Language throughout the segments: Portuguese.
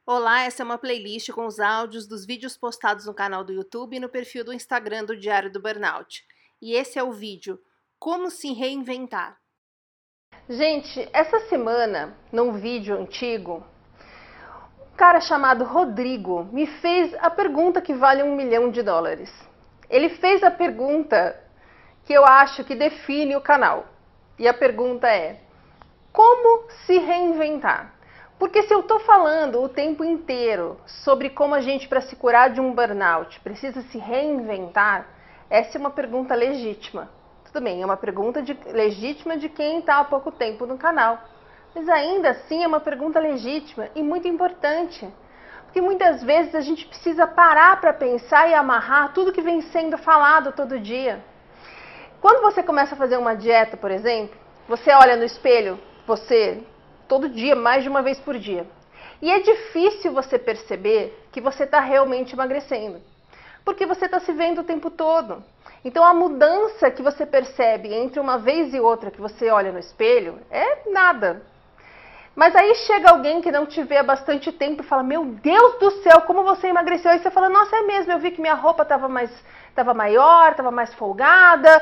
Olá, essa é uma playlist com os áudios dos vídeos postados no canal do YouTube e no perfil do Instagram do Diário do Burnout. E esse é o vídeo Como se reinventar. Gente, essa semana, num vídeo antigo, um cara chamado Rodrigo me fez a pergunta que vale $1 milhão. Ele fez a pergunta que eu acho que define o canal. E a pergunta é: como se reinventar? Porque se eu estou falando o tempo inteiro sobre como a gente, para se curar de um burnout, precisa se reinventar, essa é uma pergunta legítima. Tudo bem, é uma pergunta legítima de quem está há pouco tempo no canal. Mas ainda assim é uma pergunta legítima e muito importante. Porque muitas vezes a gente precisa parar para pensar e amarrar tudo que vem sendo falado todo dia. Quando você começa a fazer uma dieta, por exemplo, você olha no espelho, todo dia, mais de uma vez por dia. E é difícil você perceber que você está realmente emagrecendo, porque você está se vendo o tempo todo. Então a mudança que você percebe entre uma vez e outra que você olha no espelho é nada. Mas aí chega alguém que não te vê há bastante tempo e fala: meu Deus do céu, como você emagreceu? Aí você fala: nossa, é mesmo, eu vi que minha roupa estava maior, estava mais folgada.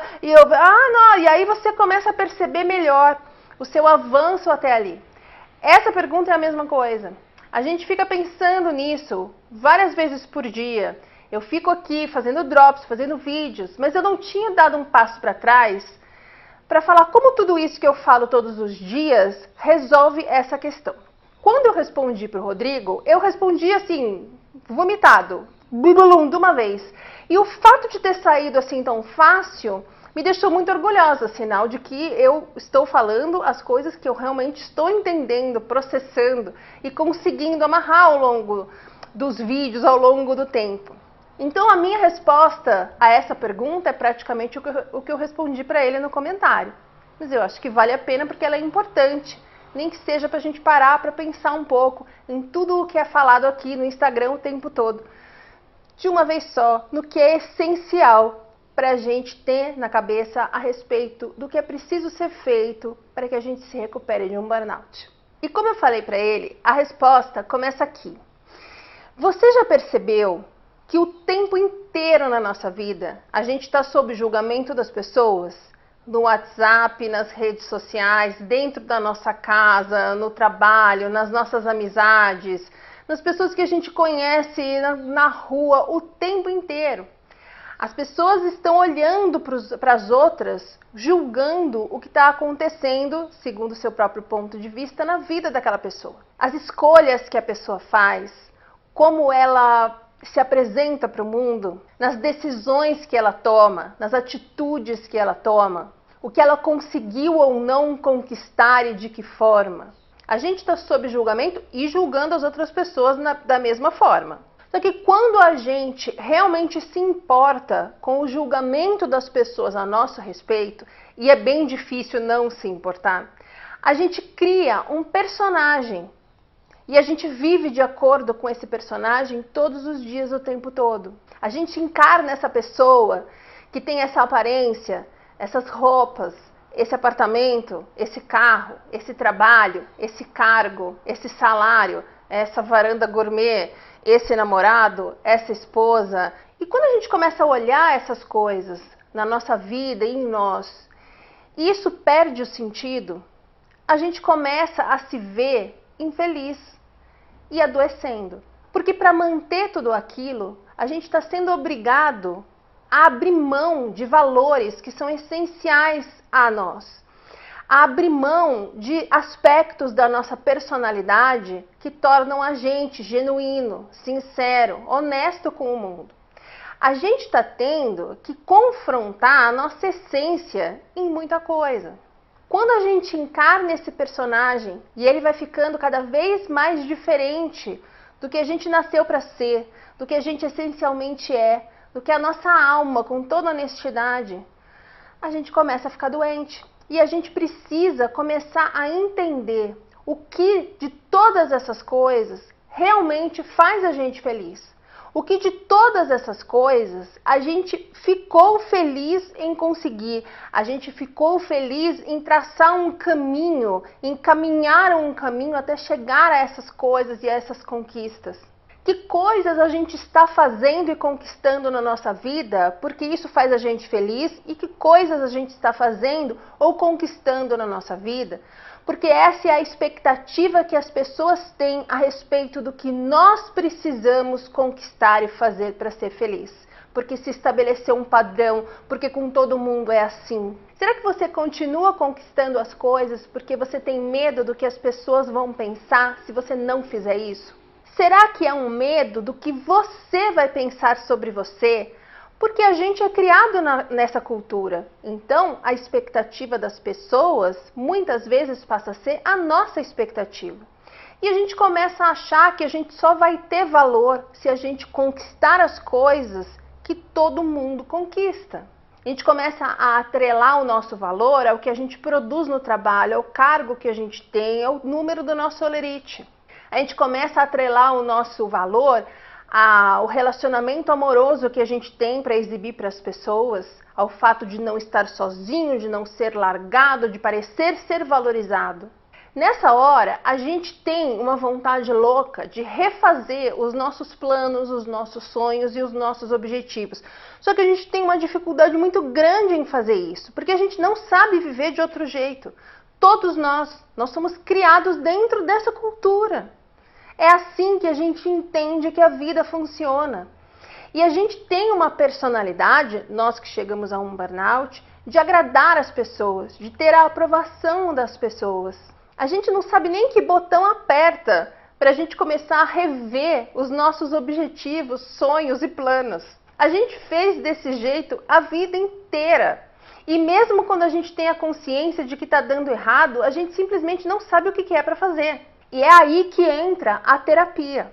E aí você começa a perceber melhor o seu avanço até ali. Essa pergunta é a mesma coisa. A gente fica pensando nisso várias vezes por dia. Eu fico aqui fazendo drops, fazendo vídeos, mas eu não tinha dado um passo para trás para falar como tudo isso que eu falo todos os dias resolve essa questão. Quando eu respondi para o Rodrigo, eu respondi assim, vomitado, de uma vez. E o fato de ter saído assim tão fácil me deixou muito orgulhosa, sinal de que eu estou falando as coisas que eu realmente estou entendendo, processando e conseguindo amarrar ao longo dos vídeos, ao longo do tempo. Então a minha resposta a essa pergunta é praticamente o que eu respondi para ele no comentário. Mas eu acho que vale a pena porque ela é importante, nem que seja para a gente parar para pensar um pouco em tudo o que é falado aqui no Instagram o tempo todo. De uma vez só, no que é essencial para a gente ter na cabeça a respeito do que é preciso ser feito para que a gente se recupere de um burnout. E como eu falei para ele, a resposta começa aqui. Você já percebeu que o tempo inteiro na nossa vida a gente está sob julgamento das pessoas? No WhatsApp, nas redes sociais, dentro da nossa casa, no trabalho, nas nossas amizades, nas pessoas que a gente conhece na rua o tempo inteiro. As pessoas estão olhando para as outras, julgando o que está acontecendo, segundo o seu próprio ponto de vista, na vida daquela pessoa. As escolhas que a pessoa faz, como ela se apresenta para o mundo, nas decisões que ela toma, nas atitudes que ela toma, o que ela conseguiu ou não conquistar e de que forma. A gente está sob julgamento e julgando as outras pessoas da mesma forma. Só que quando a gente realmente se importa com o julgamento das pessoas a nosso respeito, e é bem difícil não se importar, a gente cria um personagem e a gente vive de acordo com esse personagem todos os dias, o tempo todo. A gente encarna essa pessoa que tem essa aparência, essas roupas, esse apartamento, esse carro, esse trabalho, esse cargo, esse salário, essa varanda gourmet, esse namorado, essa esposa. E quando a gente começa a olhar essas coisas na nossa vida e em nós, e isso perde o sentido, a gente começa a se ver infeliz e adoecendo. Porque para manter tudo aquilo, a gente está sendo obrigado a abrir mão de valores que são essenciais a nós. A abrir mão de aspectos da nossa personalidade que tornam a gente genuíno, sincero, honesto com o mundo. A gente está tendo que confrontar a nossa essência em muita coisa. Quando a gente encarna esse personagem e ele vai ficando cada vez mais diferente do que a gente nasceu para ser, do que a gente essencialmente é, do que a nossa alma, com toda honestidade, a gente começa a ficar doente. E a gente precisa começar a entender o que de todas essas coisas realmente faz a gente feliz. O que de todas essas coisas a gente ficou feliz em conseguir, a gente ficou feliz em traçar um caminho, em caminhar um caminho até chegar a essas coisas e a essas conquistas. Que coisas a gente está fazendo e conquistando na nossa vida porque isso faz a gente feliz, e que coisas a gente está fazendo ou conquistando na nossa vida porque essa é a expectativa que as pessoas têm a respeito do que nós precisamos conquistar e fazer para ser feliz. Porque se estabeleceu um padrão, porque com todo mundo é assim. Será que você continua conquistando as coisas porque você tem medo do que as pessoas vão pensar se você não fizer isso? Será que é um medo do que você vai pensar sobre você? Porque a gente é criado nessa cultura. Então, a expectativa das pessoas muitas vezes passa a ser a nossa expectativa. E a gente começa a achar que a gente só vai ter valor se a gente conquistar as coisas que todo mundo conquista. A gente começa a atrelar o nosso valor ao que a gente produz no trabalho, ao cargo que a gente tem, ao número do nosso holerite. A gente começa a atrelar o nosso valor ao relacionamento amoroso que a gente tem para exibir para as pessoas, ao fato de não estar sozinho, de não ser largado, de parecer ser valorizado. Nessa hora, a gente tem uma vontade louca de refazer os nossos planos, os nossos sonhos e os nossos objetivos. Só que a gente tem uma dificuldade muito grande em fazer isso, porque a gente não sabe viver de outro jeito. Todos nós somos criados dentro dessa cultura. É assim que a gente entende que a vida funciona. E a gente tem uma personalidade, nós que chegamos a um burnout, de agradar as pessoas, de ter a aprovação das pessoas. A gente não sabe nem que botão aperta para a gente começar a rever os nossos objetivos, sonhos e planos. A gente fez desse jeito a vida inteira. E mesmo quando a gente tem a consciência de que está dando errado, a gente simplesmente não sabe o que é para fazer. E é aí que entra a terapia.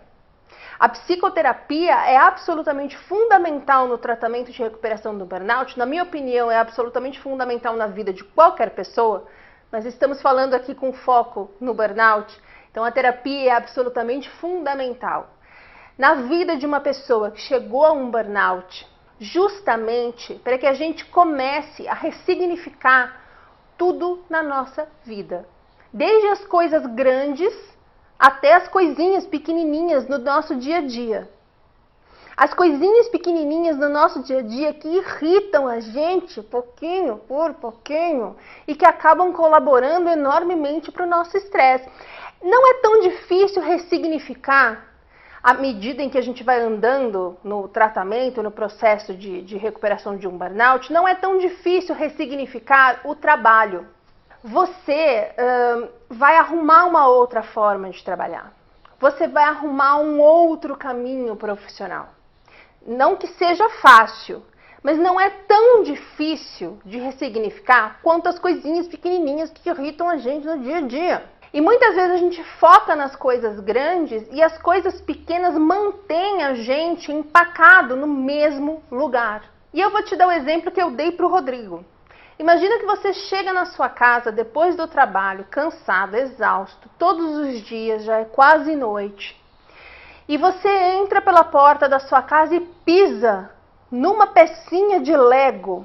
A psicoterapia é absolutamente fundamental no tratamento de recuperação do burnout. Na minha opinião, é absolutamente fundamental na vida de qualquer pessoa, mas estamos falando aqui com foco no burnout. Então, a terapia é absolutamente fundamental na vida de uma pessoa que chegou a um burnout, justamente para que a gente comece a ressignificar tudo na nossa vida. Desde as coisas grandes até as coisinhas pequenininhas no nosso dia a dia. As coisinhas pequenininhas no nosso dia a dia que irritam a gente pouquinho por pouquinho e que acabam colaborando enormemente para o nosso estresse. Não é tão difícil ressignificar à medida em que a gente vai andando no tratamento, no processo de recuperação de um burnout, não é tão difícil ressignificar o trabalho. Você vai arrumar uma outra forma de trabalhar. Você vai arrumar um outro caminho profissional. Não que seja fácil, mas não é tão difícil de ressignificar quanto as coisinhas pequenininhas que irritam a gente no dia a dia. E muitas vezes a gente foca nas coisas grandes e as coisas pequenas mantêm a gente empacado no mesmo lugar. E eu vou te dar o exemplo que eu dei para o Rodrigo. Imagina que você chega na sua casa depois do trabalho, cansado, exausto, todos os dias, já é quase noite. E você entra pela porta da sua casa e pisa numa pecinha de Lego,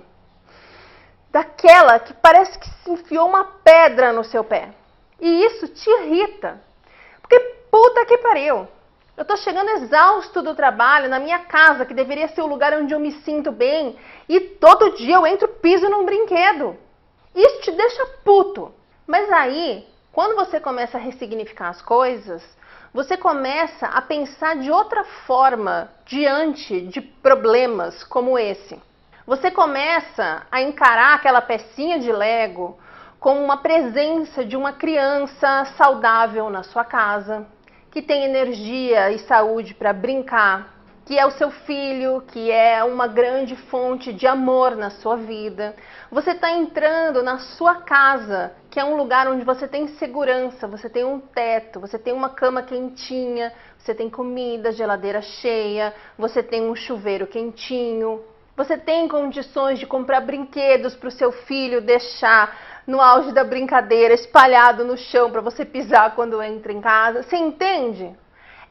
daquela que parece que se enfiou uma pedra no seu pé. E isso te irrita, porque puta que pariu. Eu tô chegando exausto do trabalho na minha casa, que deveria ser o lugar onde eu me sinto bem, e todo dia eu entro e piso num brinquedo. Isso te deixa puto. Mas aí, quando você começa a ressignificar as coisas, você começa a pensar de outra forma diante de problemas como esse. Você começa a encarar aquela pecinha de Lego como uma presença de uma criança saudável na sua casa, que tem energia e saúde para brincar, que é o seu filho, que é uma grande fonte de amor na sua vida. Você está entrando na sua casa, que é um lugar onde você tem segurança, você tem um teto, você tem uma cama quentinha, você tem comida, geladeira cheia, você tem um chuveiro quentinho, você tem condições de comprar brinquedos para o seu filho deixar no auge da brincadeira, espalhado no chão para você pisar quando entra em casa. Você entende?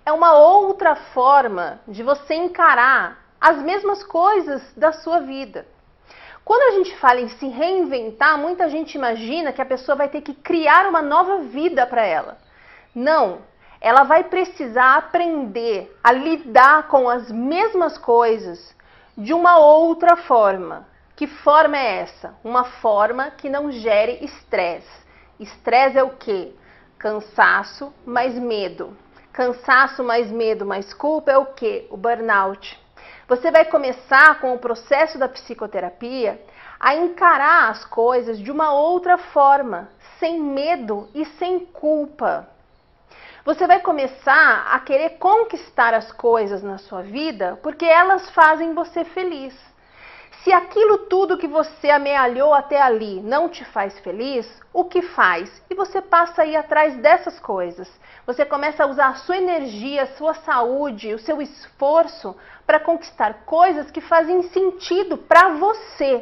é uma outra forma de você encarar as mesmas coisas da sua vida. Quando a gente fala em se reinventar, muita gente imagina que a pessoa vai ter que criar uma nova vida para ela. Não, ela vai precisar aprender a lidar com as mesmas coisas de uma outra forma. Que forma é essa? Uma forma que não gere estresse. Estresse é o quê? Cansaço mais medo. Cansaço mais medo mais culpa é o quê? O burnout. Você vai começar com o processo da psicoterapia a encarar as coisas de uma outra forma, sem medo e sem culpa. Você vai começar a querer conquistar as coisas na sua vida porque elas fazem você feliz. Se aquilo tudo que você amealhou até ali não te faz feliz, o que faz? E você passa a ir atrás dessas coisas. Você começa a usar a sua energia, a sua saúde, o seu esforço para conquistar coisas que fazem sentido para você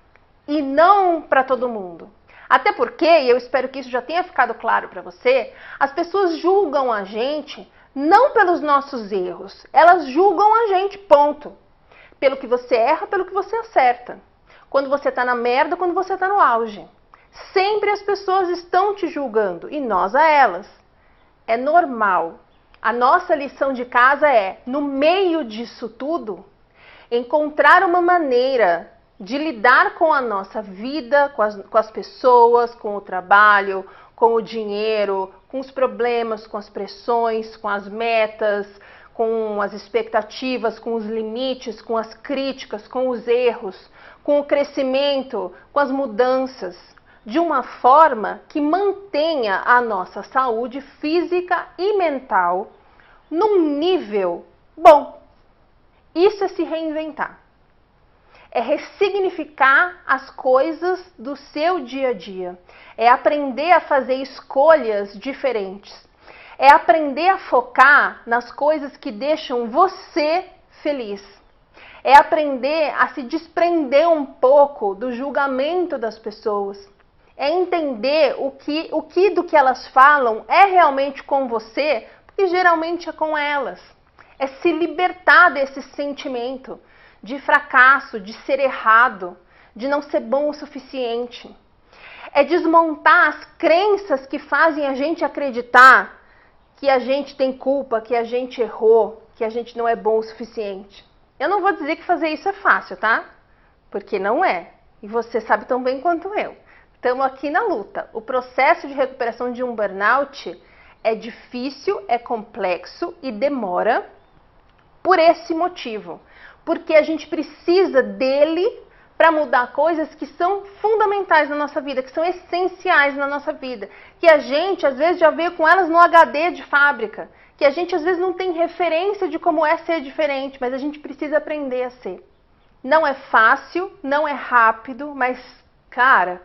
e não para todo mundo. Até porque, e eu espero que isso já tenha ficado claro para você, as pessoas julgam a gente não pelos nossos erros, elas julgam a gente, ponto. Pelo que você erra, pelo que você acerta. Quando você está na merda, quando você está no auge. Sempre as pessoas estão te julgando e nós a elas. É normal. A nossa lição de casa é, no meio disso tudo, encontrar uma maneira de lidar com a nossa vida, com as pessoas, com o trabalho, com o dinheiro, com os problemas, com as pressões, com as metas, com as expectativas, com os limites, com as críticas, com os erros, com o crescimento, com as mudanças, de uma forma que mantenha a nossa saúde física e mental num nível bom. Isso é se reinventar. É ressignificar as coisas do seu dia a dia. É aprender a fazer escolhas diferentes. É aprender a focar nas coisas que deixam você feliz. É aprender a se desprender um pouco do julgamento das pessoas. É entender o que do que elas falam é realmente com você, porque geralmente é com elas. É se libertar desse sentimento de fracasso, de ser errado, de não ser bom o suficiente. É desmontar as crenças que fazem a gente acreditar que a gente tem culpa, que a gente errou, que a gente não é bom o suficiente. Eu não vou dizer que fazer isso é fácil, tá? Porque não é. E você sabe tão bem quanto eu. Estamos aqui na luta. O processo de recuperação de um burnout é difícil, é complexo e demora por esse motivo. Porque a gente precisa dele para mudar coisas que são fundamentais na nossa vida, que são essenciais na nossa vida, que a gente às vezes já veio com elas no HD de fábrica, que a gente às vezes não tem referência de como é ser diferente, mas a gente precisa aprender a ser. Não é fácil, não é rápido, mas, cara,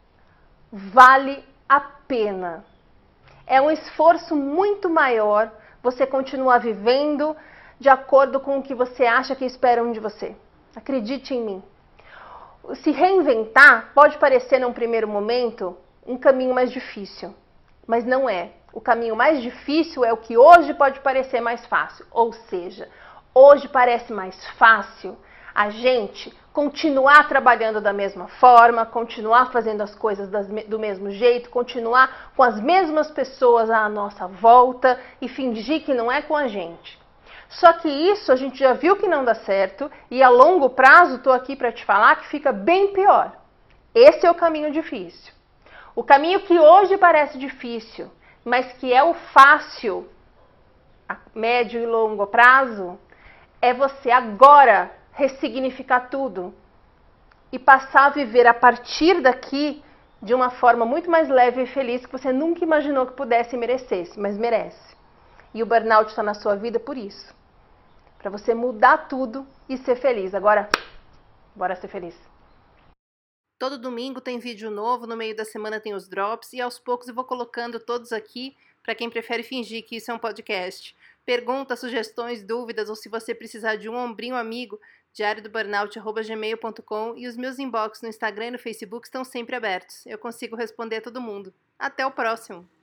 vale a pena. É um esforço muito maior você continuar vivendo de acordo com o que você acha que esperam de você. Acredite em mim. Se reinventar pode parecer, num primeiro momento, um caminho mais difícil, mas não é. O caminho mais difícil é o que hoje pode parecer mais fácil. Ou seja, hoje parece mais fácil a gente continuar trabalhando da mesma forma, continuar fazendo as coisas do mesmo jeito, continuar com as mesmas pessoas à nossa volta e fingir que não é com a gente. Só que isso a gente já viu que não dá certo e a longo prazo estou aqui para te falar que fica bem pior. Esse é o caminho difícil. O caminho que hoje parece difícil, mas que é o fácil a médio e longo prazo, é você agora ressignificar tudo e passar a viver a partir daqui de uma forma muito mais leve e feliz que você nunca imaginou que pudesse e merecesse, mas merece. E o burnout está na sua vida por isso. Para você mudar tudo e ser feliz. Agora, bora ser feliz. Todo domingo tem vídeo novo, no meio da semana tem os drops e aos poucos eu vou colocando todos aqui para quem prefere fingir que isso é um podcast. Perguntas, sugestões, dúvidas ou se você precisar de um ombrinho amigo, diariodoburnout@gmail.com e os meus inbox no Instagram e no Facebook estão sempre abertos. Eu consigo responder a todo mundo. Até o próximo!